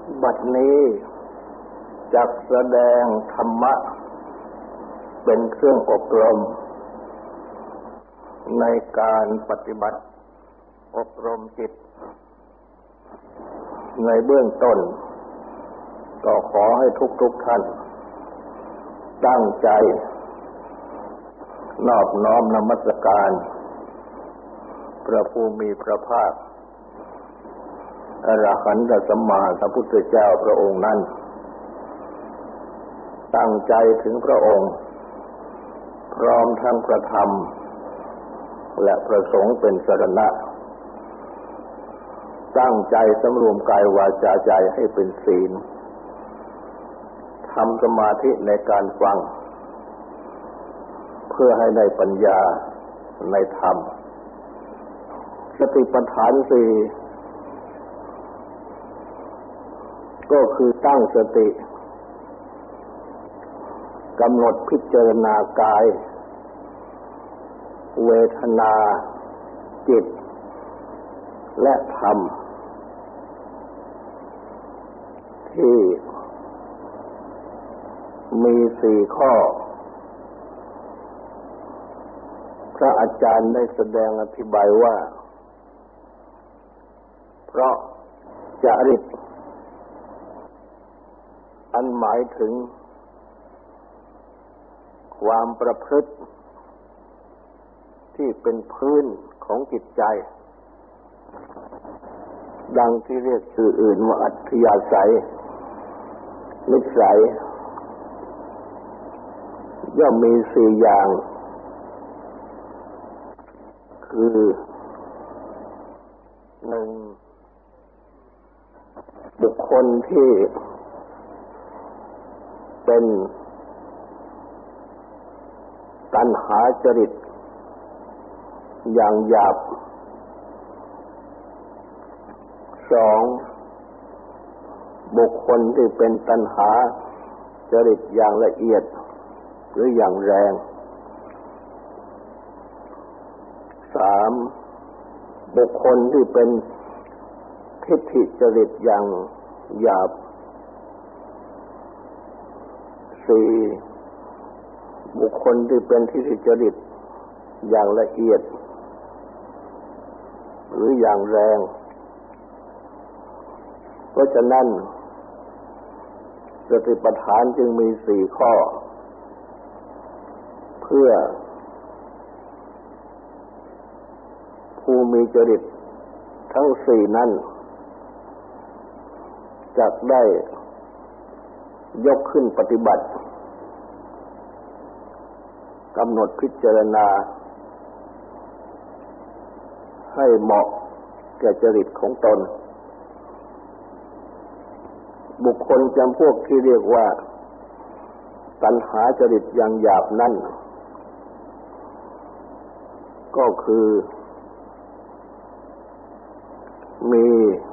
บัดนี้จักแสดงธรรมะเป็นเครื่องอบรมในการปฏิบัติอบรมจิตในเบื้องต้นก็ขอให้ทุกท่านตั้งใจนอบน้อมนมัสการพระผู้มีพระภาคอรหันตสัมมาสัมพุทธเจ้าพระองค์นั้นตั้งใจถึงพระองค์พร้อมทั้งพระธรรมและพระสงฆ์เป็นสรณะตั้งใจสำรวมกายวาจาใจให้เป็นศีลทำสมาธิในการฟังเพื่อให้ได้ปัญญาในธรรมสติปัฏฐานสี่ก็คือตั้งสติกำหนดพิจารณากายเวทนาจิตและธรรมที่มีสี่ข้อพระอาจารย์ได้แสดงอธิบายว่าเพราะจริตอันหมายถึงความประพฤติที่เป็นพื้นของจิตใจดังที่เรียกชื่ออื่นว่าอัธยาศัยนิสัยย่อมมีสี่อย่างคือหนึ่งบุคคลที่เป็นตัณหาจริตอย่างหยาบสองบุคคลที่เป็นตัณหาจริตอย่างละเอียดหรืออย่างแรงสามบุคคลที่เป็นทิฏฐิจริตอย่างหยาบสี่บุคคลที่เป็นทิฏฐิจริตอย่างละเอียดหรืออย่างแรงเพราะฉะนั้นสติปัฏฐานจึงมีสี่ข้อเพื่อผู้มีจริตทั้งสี่นั้นจะได้ยกขึ้นปฏิบัติกำหนดพิจารณาให้เหมาะแก่จริตของตนบุคคลจำพวกที่เรียกว่าตัณหาจริตอย่างหยาบนั่นก็คือมี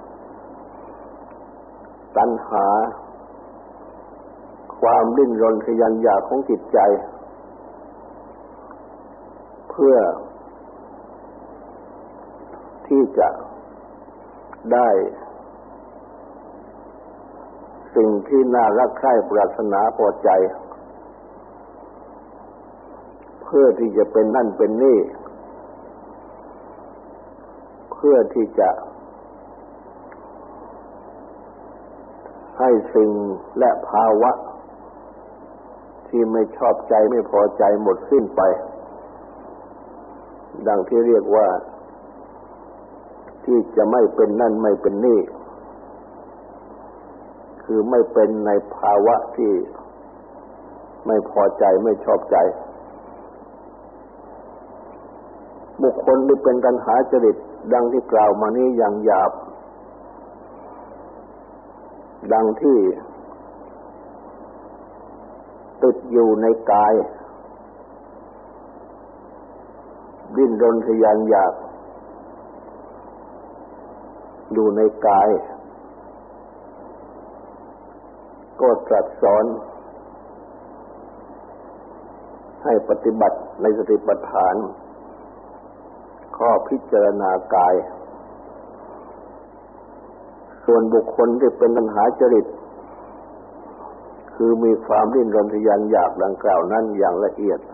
ตัณหาความดิ้นรนทะยานอยากของจิตใจเพื่อที่จะได้สิ่งที่น่ารักใคร่ปรารถนาพอใจเพื่อที่จะเป็นนั่นเป็นนี่เพื่อที่จะให้สิ่งและภาวะที่ไม่ชอบใจไม่พอใจหมดสิ้นไปดังที่เรียกว่าที่จะไม่เป็นนั่นไม่เป็นนี่คือไม่เป็นในภาวะที่ไม่พอใจไม่ชอบใจบุคคลที่เป็นตัณหาจริตดังที่กล่าวมานี้อย่างหยาบดังที่ติดอยู่ในกายดิ้นรนทะยานอยากอยู่ในกายก็ตรัสสอนให้ปฏิบัติในสติปัฏฐานข้อพิจารณากายส่วนบุคคลที่เป็นตัณหาจริตคือมีความดิ้นรนทะยานอยากดังกล่าวนั้นอย่างละเอียด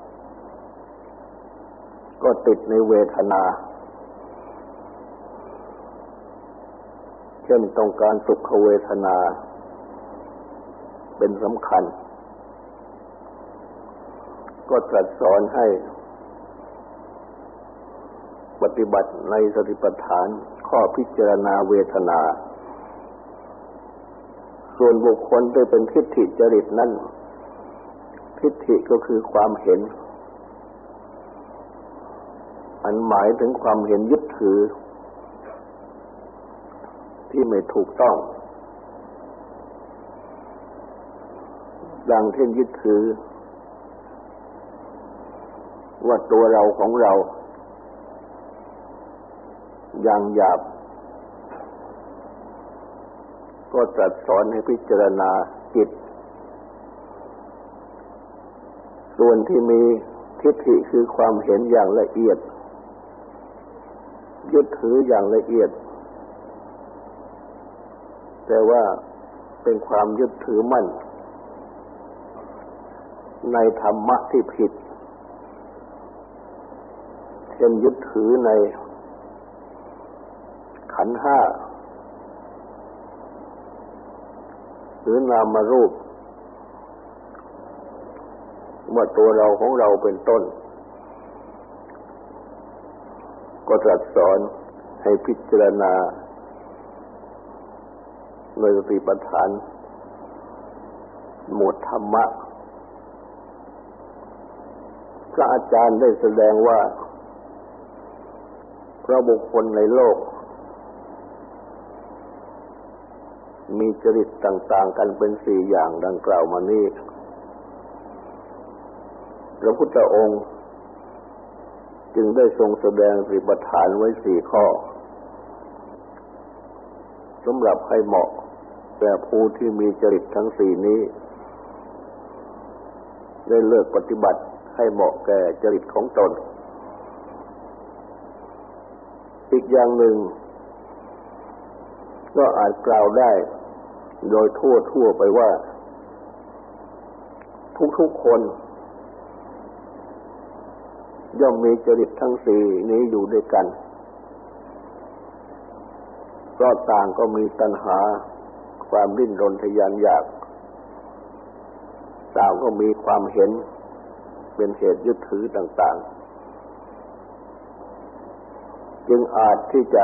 ก็ติดในเวทนาเช่นต้องการสุขเวทนาเป็นสำคัญก็ตรัสสอนให้ปฏิบัติในสติปัฏฐานข้อพิจารณาเวทนาส่วนบุคคลที่เป็นทิฏฐิจริตนั้นทิฏฐิก็คือความเห็นอันหมายถึงความเห็นยึดถือที่ไม่ถูกต้องดังเช่นยึดถือว่าตัวเราของเราอย่างหยาบก็ตรัสสอนให้พิจารณาจิตส่วนที่มีทิฏฐิคือความเห็นอย่างละเอียดยึดถืออย่างละเอียดแต่ว่าเป็นความยึดถือมั่นในธรรมะที่ผิดเช่นยึดถือในขันธ์ห้าหรือนามรูปว่าตัวเราของเราเป็นต้นก็ตรัสสอนให้พิจารณาในสติปัฏฐานหมวดธรรมะพระอาจารย์ได้แสดงว่าพระบุคคลในโลกมีจริตต่างๆกันเป็นสี่อย่างดังกล่าวมานี้พระพุทธองค์จึงได้ทรงแสดงสติปัฏฐานไว้สี่ข้อสำหรับให้เหมาะแก่ผู้ที่มีจริตทั้งสี่นี้ได้เลือกปฏิบัติให้เหมาะแก่จริตของตนอีกอย่างหนึ่งก็อาจกล่าวได้โดยทั่วไปว่าทุกๆคนย่อมมีจริตทั้งสี่นี้อยู่ด้วยกันเพราะต่างก็มีตัณหาความดิ้นรนทะยานอยากต่างก็มีความเห็นเป็นเหตุยึดถือต่างๆจึงอาจที่จะ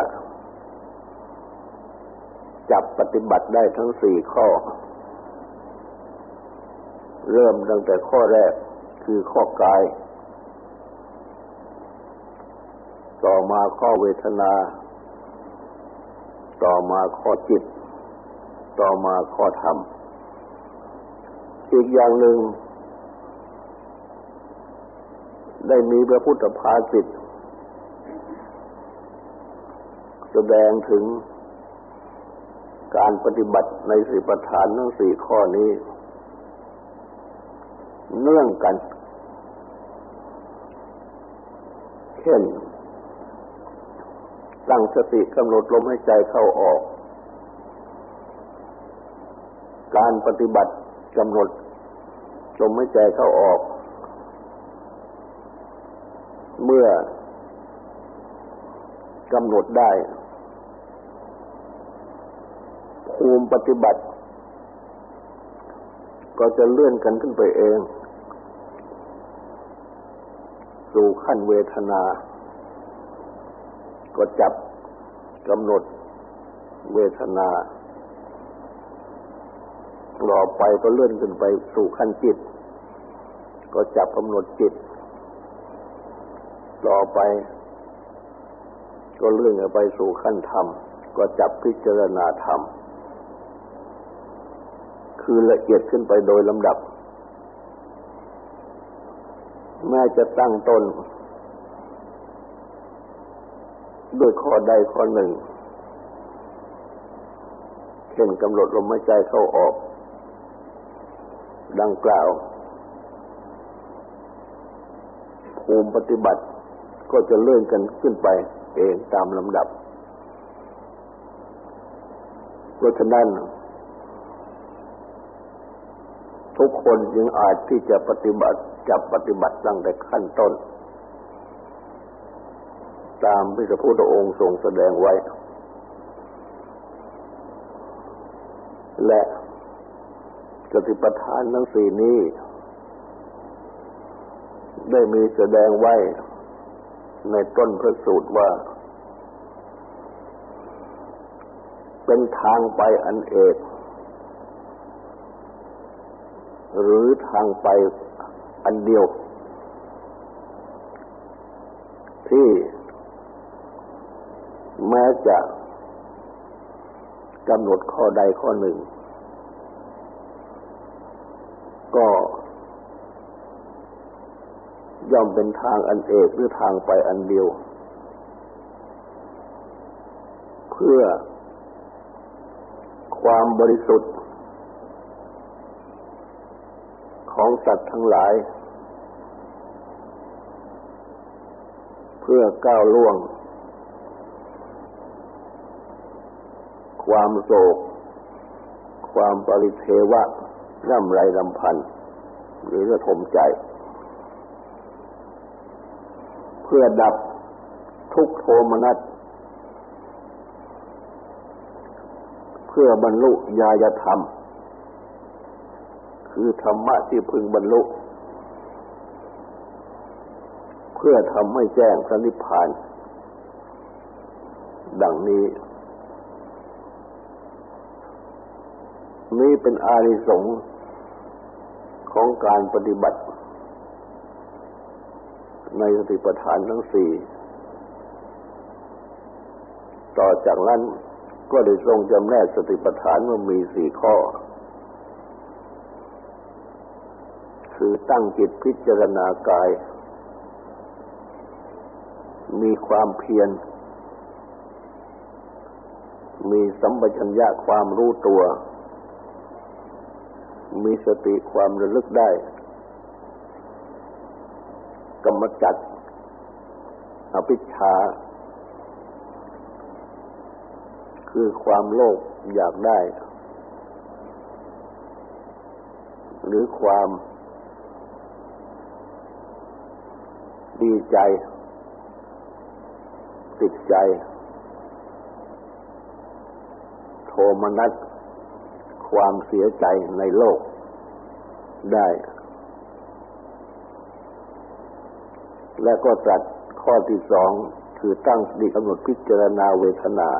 จับปฏิบัติได้ทั้งสี่ข้อเริ่มตั้งแต่ข้อแรกคือข้อกายต่อมาข้อเวทนาต่อมาข้อจิตต่อมาข้อธรรมอีกอย่างหนึ่งได้มีพระพุทธภาษิตแสดงถึงการปฏิบัติในสติปัฏฐานทั้งสี่ข้อนี้เนื่องกันเช่นตั้งสติกำหนดลมหายใจเข้าออกการปฏิบัติกำหนดลมหายใจเข้าออกเมื่อกำหนดได้ภูมิปฏิบัติก็จะเลื่อนกันขึ้นไปเองสู่ขั้นเวทนาก็จับกำหนดเวทนาต่อไปก็เลื่อนขึ้นไปสู่ขั้นจิตก็จับกำหนดจิตต่อไปก็เลื่อนไปสู่ขั้นธรรมก็จับพิจารณาธรรมคือละเอียดขึ้นไปโดยลำดับแม้จะตั้งต้นด้วยข้อใดข้อหนึ่งเช่นกำหนดลมหายใจเข้าออกดังกล่าวภูมิปฏิบัติก็จะเลื่อนกันขึ้นไปเองตามลำดับเพราะฉะนั้นทุกคนจึงอาจที่จะปฏิบัติตั้งแต่ขั้นต้นตามที่พระพุทธองค์ทรงแสดงไว้และสติปัฏฐานทั้งสี่นี้ได้มีแสดงไว้ในต้นพระสูตรว่าเป็นทางไปอันเอกหรือทางไปอันเดียวที่แม้จะกำหนดข้อใดข้อหนึ่งก็ย่อมเป็นทางอันเอกหรือทางไปอันเดียวเพื่อความบริสุทธิ์ของสัตว์ทั้งหลายเพื่อก้าวล่วงความโศกความปริเทวะร่ำไรรำพันหรือระทมใจเพื่อดับทุกข์โทมนัสเพื่อบรรลุญาณธรรมคือธรรมะที่พึงบรรลุเพื่อทำให้แจ้งพระนิพพานดังนี้เป็นอานิสงส์ของการปฏิบัติในสติปัฏฐานทั้งสี่ต่อจากนั้นก็ได้ทรงจำแนกสติปัฏฐานว่ามีสี่ข้อคือตั้งจิตพิจารณากายมีความเพียรมีสัมปชัญญะความรู้ตัวมีสติความระลึกได้กำจัดอภิชฌาคือความโลภอยากได้หรือความดีใจติดใจโทมนัสความเสียใจในโลกได้และก็ตรัสข้อที่สองคือตั้งสติกำหนดพิจารณาเวทนา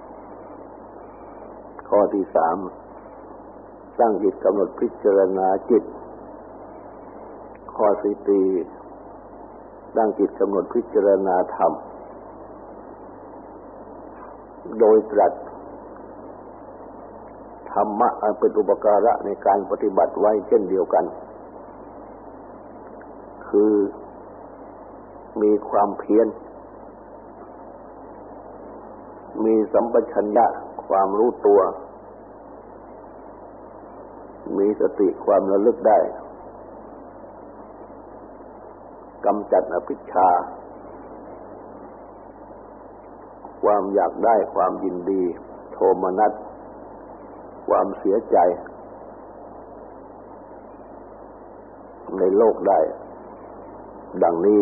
ข้อที่สามตั้งจิตกำหนดพิจารณาจิตข้อที่สี่ตั้งจิตกำหนดพิจารณาธรรมโดยตรัสธรรมะอันเป็นอุปการะในการปฏิบัติไว้เช่นเดียวกันคือมีความเพียรมีสัมปชัญญะความรู้ตัวมีสติความระลึกได้กำจัดอภิชฌาความอยากได้ความยินดีโทมนัสความเสียใจในโลกได้ดังนี้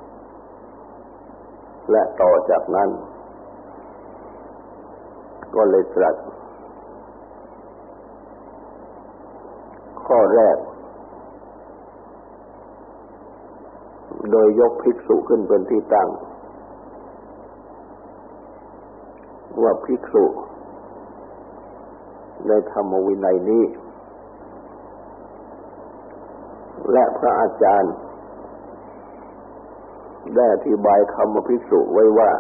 และต่อจากนั้นก็เลยตรัสข้อแรกโดยยกภิกษุขึ้นเป็นที่ตั้งว่าภิกษุในธรรมวินัยนี้และพระอาจารย์ได้อธิบายคำว่าภิกษุไว้ว่า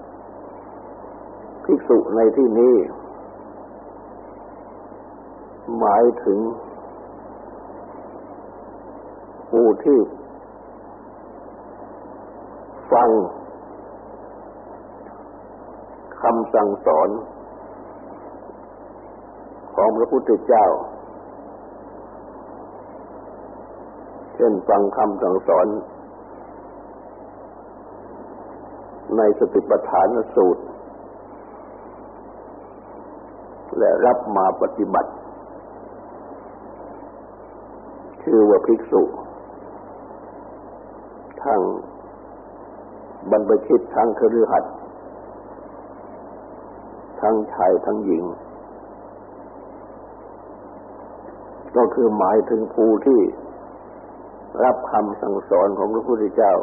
ภิกษุในที่นี้หมายถึงผู้ที่ฟังคำสั่งสอนของพระพุทธเจ้าเช่นฟังคำสั่งสอนในสติปัฏฐานสูตรและรับมาปฏิบัติชื่อว่าภิกษุทั้งบรรพชิตทั้งคฤหัสถ์ทั้งชายทั้งหญิงก็คือหมายถึงผู้ที่รับคำสั่งสอนของพระพุทธเจ้า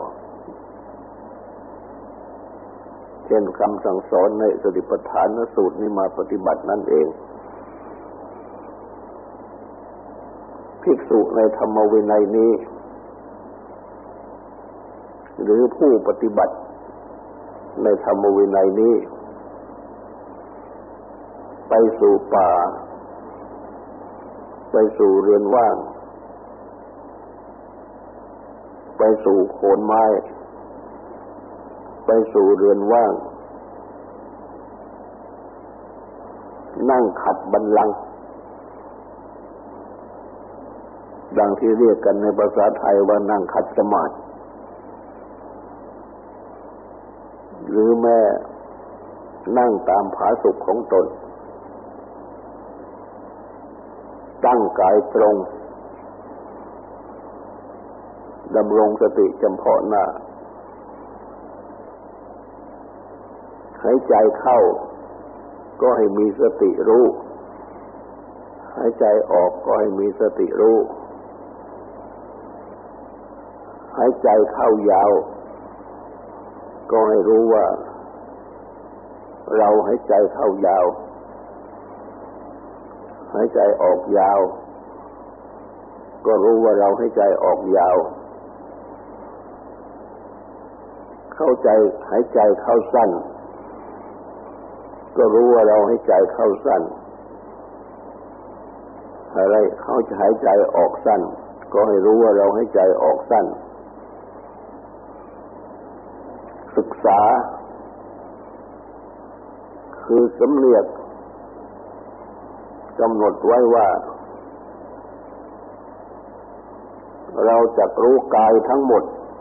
เช่นคำสั่งสอนในสติปัฏฐานสูตรนี้มาปฏิบัตินั่นเองภิกษุในธรรมวินัยนี้หรือผู้ปฏิบัติในธรรมวินัยนี้ไปสู่ป่าไปสู่เรือนว่างไปสู่โคนไม้ไปสู่เรือนว่างนั่งขัดบัลลังก์ดังที่เรียกกันในภาษาไทยว่านั่งขัดสมาธิหรือแม้นั่งตามผาสุกของตนตั้งกายตรงดำรงสติเฉพาะหน้าหายใจเข้าก็ให้มีสติรู้หายใจออกก็ให้มีสติรู้หายใจเข้ายาวก็ให้รู้ว่าเราหายใจเข้ายาวหายใจออกยาวก็รู้ว่าเราหายใจออกยาวหายใจเข้าสั้นก็รู้ว่าเราหายใจเข้าสั้นอะไรเขาจะหายใจออกสั้นก็ให้รู้ว่าเราหายใจออกสั้นศึกษาคือสำเนียกกำหนดไว้ว่าเราจะรู้กายทั้งหมด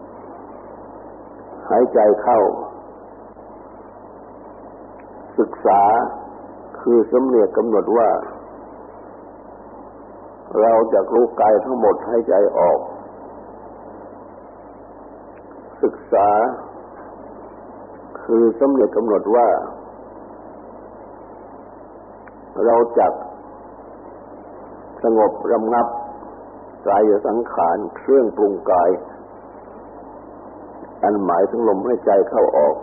หายใจเข้าศึกษาคือสำเนียกกำหนดว่าเราจะรู้กายทั้งหมดหายใจออกศึกษาคือสำเนียกกำหนดว่าเราจะสงบระงับกายสังขารเครื่องปรุงกายอันหมายถึงลมหายใจเข้าออก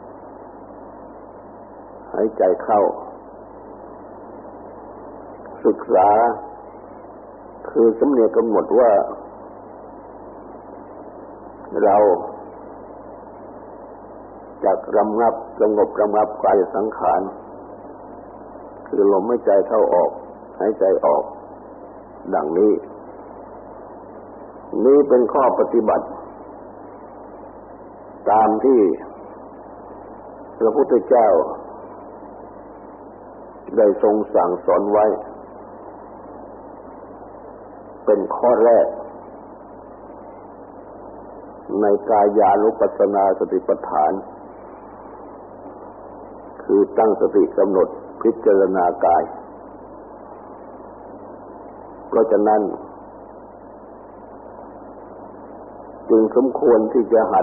หายใจเข้าศึกษาคือสำเนียกกำหนดว่าเราจะระงับสงบระงับกายสังขารคือลมหายใจเข้าออกหายใจออกดังนี้นี่เป็นข้อปฏิบัติตามที่พระพุทธเจ้าได้ทรงสั่งสอนไว้เป็นข้อแรกในกายานุปัสสนาสติปัฏฐานคือตั้งสติกำหนดพิจารณากายเพราะฉะนั้นจึงสมควรที่จะหัด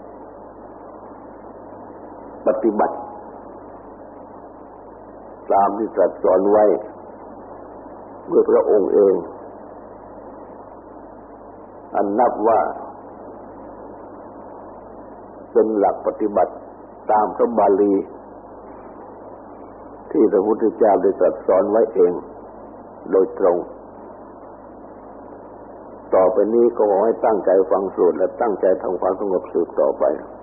ปฏิบัติตามที่ตรัสสอนไว้เมื่อพระองค์เองอันนับว่าเป็นหลักปฏิบัติตามพระบาลีที่พระพุทธเจ้าได้ตรัสสอนไว้เองโดยตรงต่อไปนี้ก็ขอให้ตั้งใจฟังสวดและตั้งใจทำความสงบสืบต่อไป